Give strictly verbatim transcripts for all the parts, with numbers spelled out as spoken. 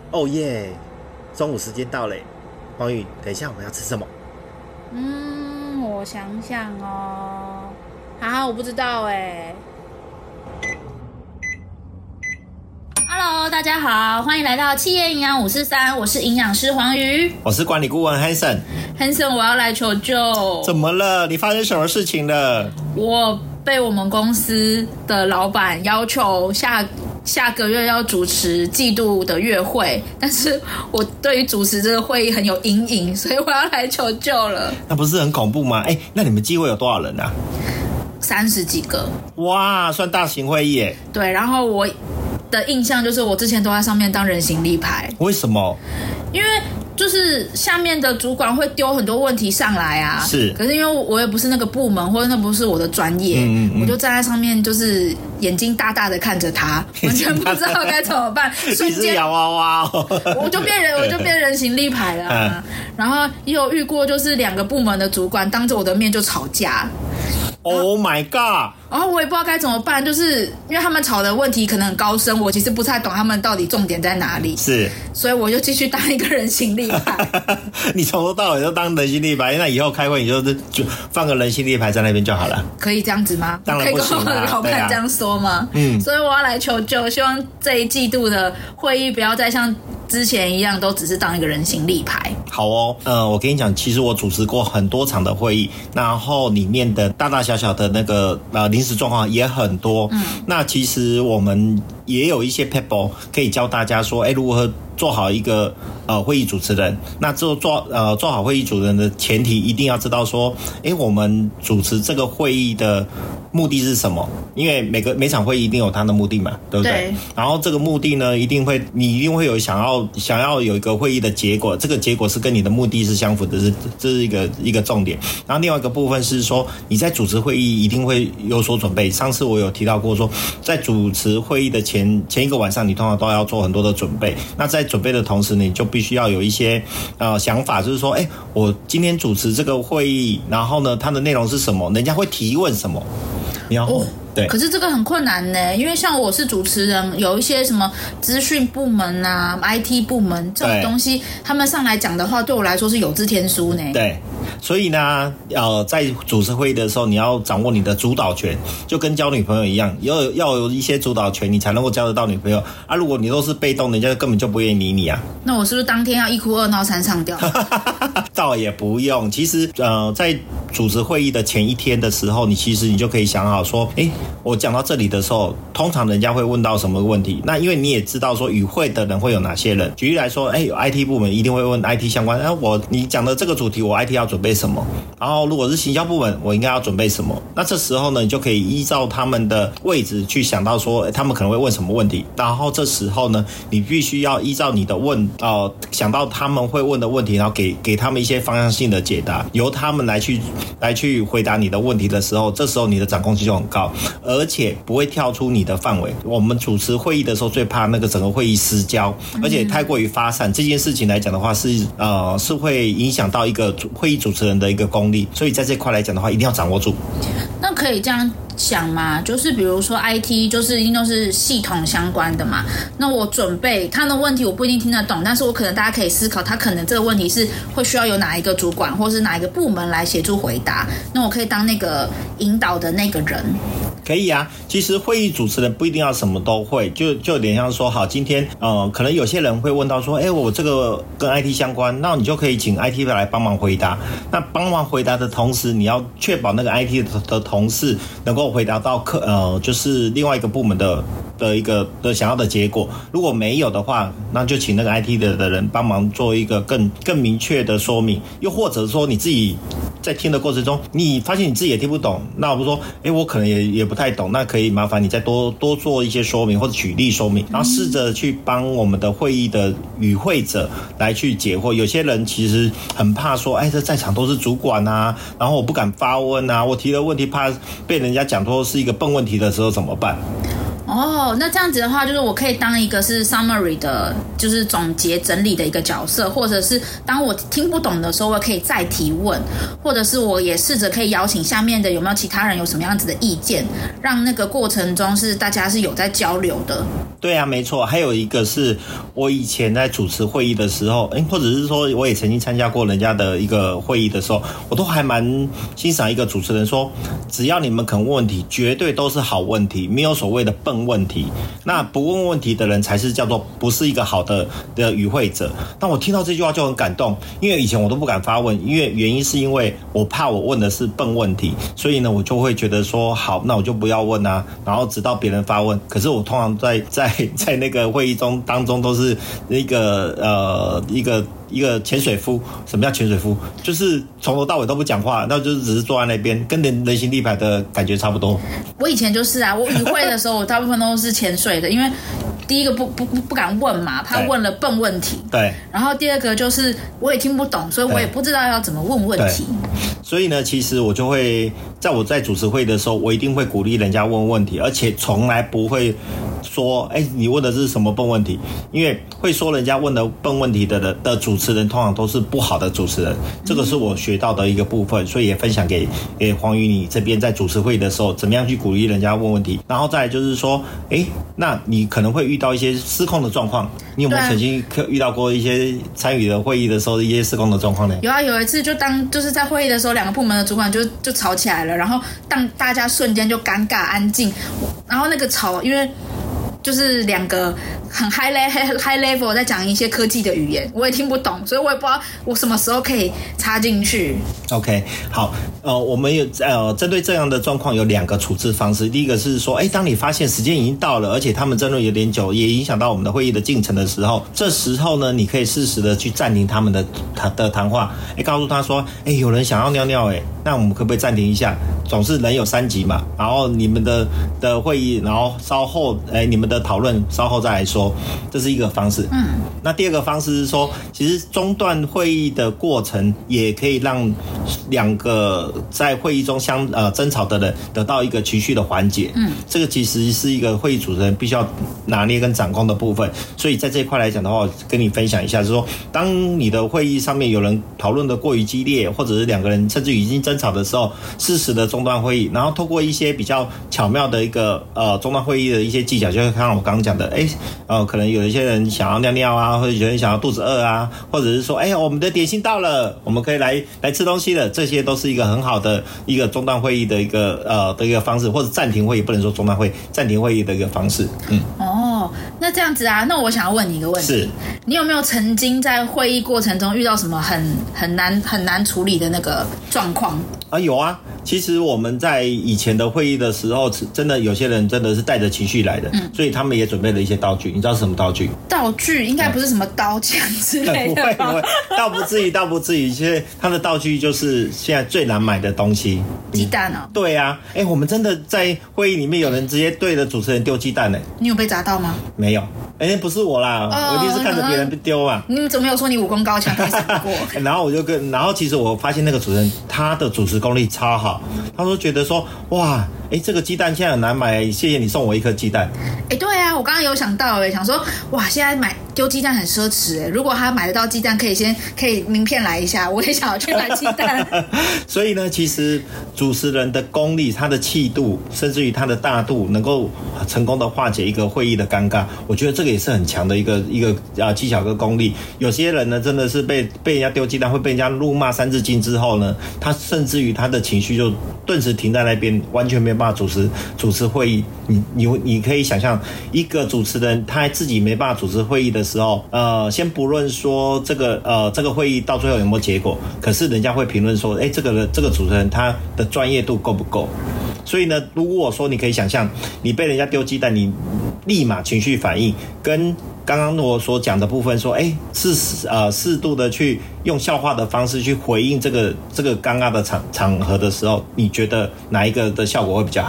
哦耶！中午时间到嘞，黄宇，等一下我们要吃什么？ 嗯，我想想哦，啊，我不知道哎。Hello， 大家好，欢迎来到企业营养五四三，我是营养师黄瑜， 我是管理顾问 Hanson。 Hanson， 我要来求救。 怎么了？你发生什么事情了？ 我被我们公司的老板要求下下个月要主持季度的月会，但是我对于主持这个会议很有阴影，所以我要来求救了。 那不是很恐怖吗？哎，那你们机会有多少人啊？ 三十几个。 哇，算大型会议耶。 对，然后我的印象就是我之前都在上面当人形立牌。 为什么？ 因为就是下面的主管会丢很多问题上来啊， 是。 可是因为我也不是那个部门，或者那不是我的专业，嗯嗯嗯，我就站在上面，就是眼睛大大的看着他，完全不知道该怎么办。 瞬间洋娃娃哦， 我就变人，我就变人形立牌了、啊。然后也有遇过，就是两个部门的主管当着我的面就吵架。 Oh my god！ 然后我也不知道该怎么办，就是因为他们吵的问题可能很高深，我其实不太懂他们到底重点在哪里。 是， 所以我就继续当一个人形立牌。 你从头到尾就当人形立牌，那以后开会你就是就放个人形立牌在那边就好了。 可以这样子吗？ 当然不行啊， 可以跟我的老板这样说吗？ 啊、嗯， 所以我要来求救，希望这一季度的会议不要再像之前一样，都只是当一个人形立牌。 好哦，呃，我跟你讲，其实我主持过很多场的会议，然后里面的大大小小的那个呃临时状况也很多。嗯，那其实我们也有一些 people 可以教大家说，哎，如何做好一个呃会议主持人。那做做呃做好会议主持人的前提，一定要知道说，哎，我们主持这个会议的目的是什么？因为每个每场会议一定有它的目的嘛，对不对？对。然后这个目的呢，一定会你一定会有想要想要有一个会议的结果，这个结果是跟你的目的是相符的，是这是一个一个重点。然后另外一个部分是说，你在主持会议一定会有所准备。上次我有提到过说，在主持会议的前前一个晚上，你通常都要做很多的准备。那在准备的同时，你就必须要有一些呃想法，就是说，哎，我今天主持这个会议，然后呢，它的内容是什么？人家会提问什么？然后、哦、对， 可是这个很困难呢，因为像我是主持人，有一些什么资讯部门啊、I T 部门这种东西，他们上来讲的话，对我来说是有字天书呢。 对，所以呢，呃，在主持会议的时候，你要掌握你的主导权，就跟交女朋友一样，要有要有一些主导权，你才能够交得到女朋友啊。如果你都是被动，人家根本就不愿意理你啊。 那我是不是当天要一哭二闹三上吊？ 倒也不用，其实呃，在主持会议的前一天的时候，你其实你就可以想好说，哎，我讲到这里的时候，通常人家会问到什么问题？那因为你也知道说与会的人会有哪些人。举例来说，哎，有 I T 部门一定会问 I T 相关，哎，我你讲的这个主题，我 I T 要准备什么？然后如果是行销部门，我应该要准备什么？那这时候呢，你就可以依照他们的位置去想到说，他们可能会问什么问题。然后这时候呢，你必须要依照你的问，呃，想到他们会问的问题，然后给给他们一些方向性的解答，由他们来去来去回答你的问题的时候，这时候你的掌控性就很高，而且不会跳出你的范围。我们主持会议的时候最怕那个整个会议失焦，而且太过于发散，这件事情来讲的话是呃是会影响到一个会议主持人的一个功力，所以在这块来讲的话，一定要掌握住。 那可以这样想嘛，就是比如说 I T 就是一定都是系统相关的嘛，那我准备他的问题我不一定听得懂，但是我可能大家可以思考，他可能这个问题是会需要有哪一个主管或是哪一个部门来协助回答，那我可以当那个引导的那个人。 可以啊，其实会议主持人不一定要什么都会，就就有点像说，好，今天呃，可能有些人会问到说，哎，我这个跟 I T 相关，那你就可以请 I T 来帮忙回答。那帮忙回答的同时，你要确保那个 I T 的, 的同事能够回答到客呃，就是另外一个部门的的一个的想要的结果。如果没有的话，那就请那个 I T 的的人帮忙做一个更更明确的说明，又或者说你自己在听的过程中，你发现你自己也听不懂，那我不说，哎，我可能也也不太懂，那可以麻烦你再多多做一些说明或者举例说明，然后试着去帮我们的会议的与会者来去解惑。有些人其实很怕说，哎，这在场都是主管啊，然后我不敢发问啊，我提的问题怕被人家讲说是一个笨问题的时候怎么办？ 哦，那这样子的话，就是我可以当一个是 summary 的，就是总结整理的一个角色，或者是当我听不懂的时候，我可以再提问，或者是我也试着可以邀请下面的有没有其他人有什么样子的意见，让那个过程中是大家是有在交流的。 对啊，没错。还有一个是我以前在主持会议的时候，诶，或者是说我也曾经参加过人家的一个会议的时候，我都还蛮欣赏一个主持人说，只要你们肯问问题，绝对都是好问题，没有所谓的笨问题。那不问问题的人才是叫做不是一个好的的与会者。那我听到这句话就很感动，因为以前我都不敢发问，因为原因是因为我怕我问的是笨问题，所以呢我就会觉得说好，那我就不要问啊，然后直到别人发问。可是我通常在在在那个会议中当中都是那个呃一个一个潜水夫。什么叫潜水夫？就是从头到尾都不讲话，那就是只是坐在那边，跟人人形立牌的感觉差不多。 我以前就是啊，我与会的时候，我大部分都是潜水的，因为第一个不不不不敢问嘛，怕问了笨问题。 对。 然后第二个就是我也听不懂，所以我也不知道要怎么问问题。 所以呢，其实我就会在我在主持会的时候，我一定会鼓励人家问问题，而且从来不会说，哎，你问的是什么笨问题？因为会说人家问的笨问题的人的主持人，通常都是不好的主持人。这个是我学到的一个部分，所以也分享给给黄瑜你这边在主持会的时候，怎么样去鼓励人家问问题。然后再来就是说，哎，那你可能会遇到一些失控的状况，你有没有曾经遇到过一些参与的会议的时候一些失控的状况呢？ 有啊，有一次就当就是在会议的时候，两个部门的主管就就吵起来了，然后当大家瞬间就尴尬安静，然后那个吵，因为就是两个很 high level high level 在讲一些科技的语言，我也听不懂，所以我也不知道我什么时候可以插进去。 OK， 好，呃，我们有呃针对这样的状况有两个处置方式。第一个是说，哎，当你发现时间已经到了，而且他们争论有点久，也影响到我们的会议的进程的时候，这时候呢，你可以适时的去暂停他们的谈的谈话，哎，告诉他说，哎，有人想要尿尿，哎，那我们可不可以暂停一下？总是人有三急嘛，然后你们的的会议，然后稍后，哎，你们的讨论稍后再来说，这是一个方式。嗯，那第二个方式是说，其实中断会议的过程也可以让两个在会议中相呃争吵的人得到一个情绪的缓解。嗯，这个其实是一个会议主持人必须要拿捏跟掌控的部分。所以在这一块来讲的话，我跟你分享一下，就是说，当你的会议上面有人讨论的过于激烈，或者是两个人甚至已经争吵的时候，适时的中断会议，然后透过一些比较巧妙的一个呃中断会议的一些技巧，就是像我刚刚讲的，哎，呃，可能有一些人想要尿尿啊，或者有人想要肚子饿啊，或者是说，哎，我们的点心到了，我们可以来来吃东西了，这些都是一个很好的一个中断会议的一个呃的一个方式，或者暂停会议，不能说中断会议，暂停会议的一个方式。嗯， 哦，那这样子啊，那我想要问你一个问题， 是你有没有曾经在会议过程中遇到什么很很难很难处理的那个状况？ 啊，有啊，其实我们在以前的会议的时候，真的有些人真的是带着情绪来的，嗯，所以他们也准备了一些道具。你知道是什么道具？ 道具应该不是什么刀枪之类的吧？ 不会不会，倒不至于，倒不至于。其实他的道具就是现在最难买的东西， 鸡蛋哦。 对啊，哎，我们真的在会议里面有人直接对着主持人丢鸡蛋呢。 你有被砸到吗？ 没有，哎，不是我啦，哦，我一定是看着别人丢嘛。 你怎么没有说你武功高强可以闪过？ 然后我就跟，然后其实我发现那个主持人他的主持功力超好，他说觉得说哇，哎，这个鸡蛋现在很难买，谢谢你送我一颗鸡蛋。 哎，对啊，我刚刚有想到哎，想说哇，现在买丢鸡蛋很奢侈哎，如果他买得到鸡蛋，可以先可以名片来一下，我也想要去买鸡蛋。 所以呢，其实主持人的功力、他的气度，甚至于他的大度，能够成功的化解一个会议的尴尬，我觉得这个也是很强的一个一个啊技巧跟功力。有些人呢，真的是被被人家丢鸡蛋，会被人家怒骂三字经之后呢，他甚至于他的情绪就顿时停在那边，完全没有办法主持主持会议。你你你可以想象，一个主持人他自己没办法主持会议的时候，呃，先不论说这个呃这个会议到最后有没有结果，可是人家会评论说，哎，这个人这个主持人他的专业度够不够？所以呢，如果说你可以想象，你被人家丢鸡蛋，你立马情绪反应，跟刚刚我所讲的部分说，哎，适呃适度的去用笑话的方式去回应这个这个尴尬的场场合的时候，你觉得哪一个的效果会比较好？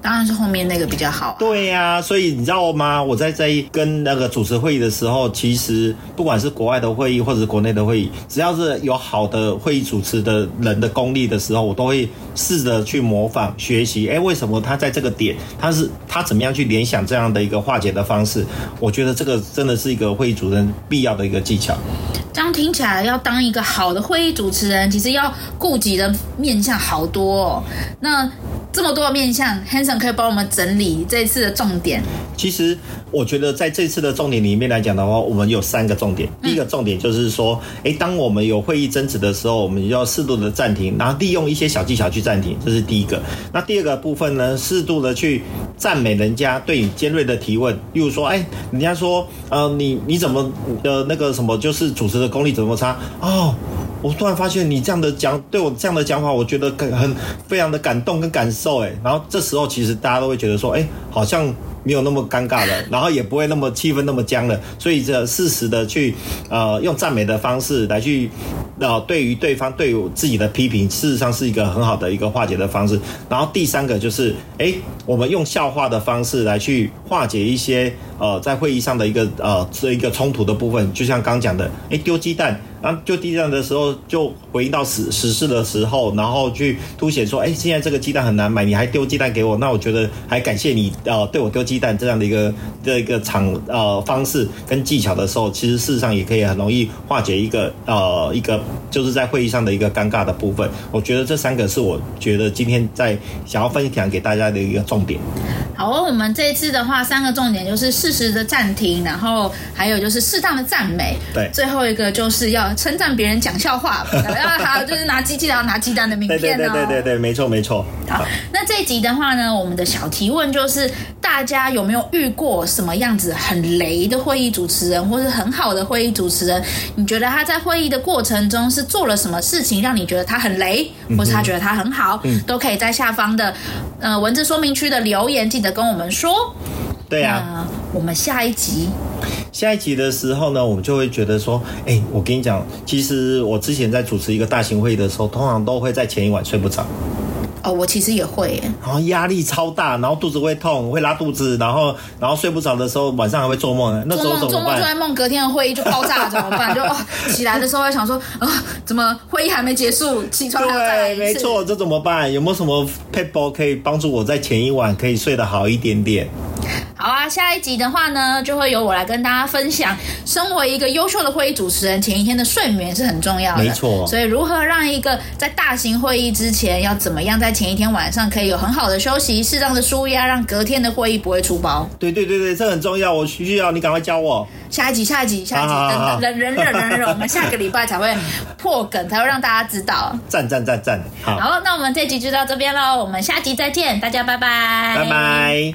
当然是后面那个比较好、啊。 对呀、啊，所以你知道吗？我在在跟那个主持会议的时候，其实不管是国外的会议或者是国内的会议，只要是有好的会议主持的人的功力的时候，我都会试着去模仿学习。哎，为什么他在这个点，他是他怎么样去联想这样的一个化解的方式？我觉得这个真的是一个会议主持人必要的一个技巧。 这样听起来，要当一个好的会议主持人，其实要顾及的面向好多哦。那这么多的面向 Hanson 可以帮我们整理这一次的重点。 其实我觉得在这次的重点里面来讲的话，我们有三个重点。第一个重点就是说，哎，当我们有会议争执的时候，我们要适度的暂停，然后利用一些小技巧去暂停，这是第一个。那第二个部分呢，适度的去赞美人家对你尖锐的提问，例如说，哎，人家说，呃，你你怎么呃那个什么，就是主持的功力怎么差哦。我突然发现你这样的讲，对我这样的讲法，我觉得很非常的感动跟感受，哎，然后这时候其实大家都会觉得说，哎，好像没有那么尴尬了，然后也不会那么气氛那么僵了，所以这适时的去呃用赞美的方式来去呃对于对方对我自己的批评，事实上是一个很好的一个化解的方式。然后第三个就是，哎，我们用笑话的方式来去化解一些呃在会议上的一个呃这一个冲突的部分，就像刚讲的，哎，丢鸡蛋。然后丢鸡蛋的时候，就回应到时时事的时候，然后去凸显说，哎，现在这个鸡蛋很难买，你还丢鸡蛋给我，那我觉得还感谢你，呃，对我丢鸡蛋这样的一个这一个场呃方式跟技巧的时候，其实事实上也可以很容易化解一个呃一个就是在会议上的一个尴尬的部分。我觉得这三个是我觉得今天在想要分享给大家的一个重点。 好、哦，我们这一次的话，三个重点就是适时的暂停，然后还有就是适当的赞美， 对， 最后一个就是要称赞别人讲笑话，然后还有就是拿机器人拿鸡蛋的名片哦。 对对对对对对，没错没错。 好，那这一集的话呢，我们的小提问就是大家有没有遇过什么样子很雷的会议主持人，或是很好的会议主持人？你觉得他在会议的过程中是做了什么事情让你觉得他很雷，或是他觉得他很好，嗯、都可以在下方的呃文字说明区的留言记得跟我们说。 对啊， 那我们下一集。 下一集的时候呢，我们就会觉得说，哎、欸，我跟你讲，其实我之前在主持一个大型会议的时候，通常都会在前一晚睡不着。 哦，我其实也会耶， 然后压力超大，然后肚子会痛，会拉肚子，然后然后睡不着的时候，晚上还会做梦。那时候怎么办？ 做梦做在梦，隔天的会议就爆炸了，怎么办？就、哦、起来的时候会想说，啊、哦，怎么会议还没结束？起床还要再来一次。 对，没错，这怎么办？有没有什么 paper 可以帮助我在前一晚可以睡得好一点点？ 好啊，下一集的话呢，就会由我来跟大家分享，身为一个优秀的会议主持人，前一天的睡眠是很重要的。 没错， 所以如何让一个在大型会议之前，要怎么样在前一天晚上可以有很好的休息，适当的舒压，让隔天的会议不会出包。 对对对对，这很重要，我需要你赶快教我。 下一集，下一集，下一集，等等，忍忍忍忍忍，我们下个礼拜才会破梗，才会让大家知道。 赞赞赞赞，好， 好，那我们这集就到这边喽，我们下集再见，大家拜拜， 拜拜。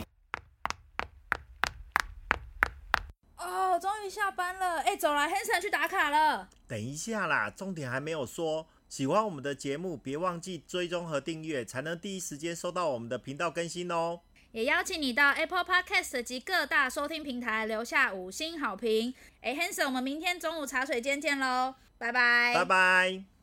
哦，终于下班了，哎，走了 ，Hanson 去打卡了。 等一下啦，重点还没有说。喜欢我们的节目，别忘记追踪和订阅，才能第一时间收到我们的频道更新哦。 也邀请你到 Apple Podcast 及各大收听平台留下五星好评。哎 ，Hanson，我们明天中午茶水间见喽，拜拜， 拜拜。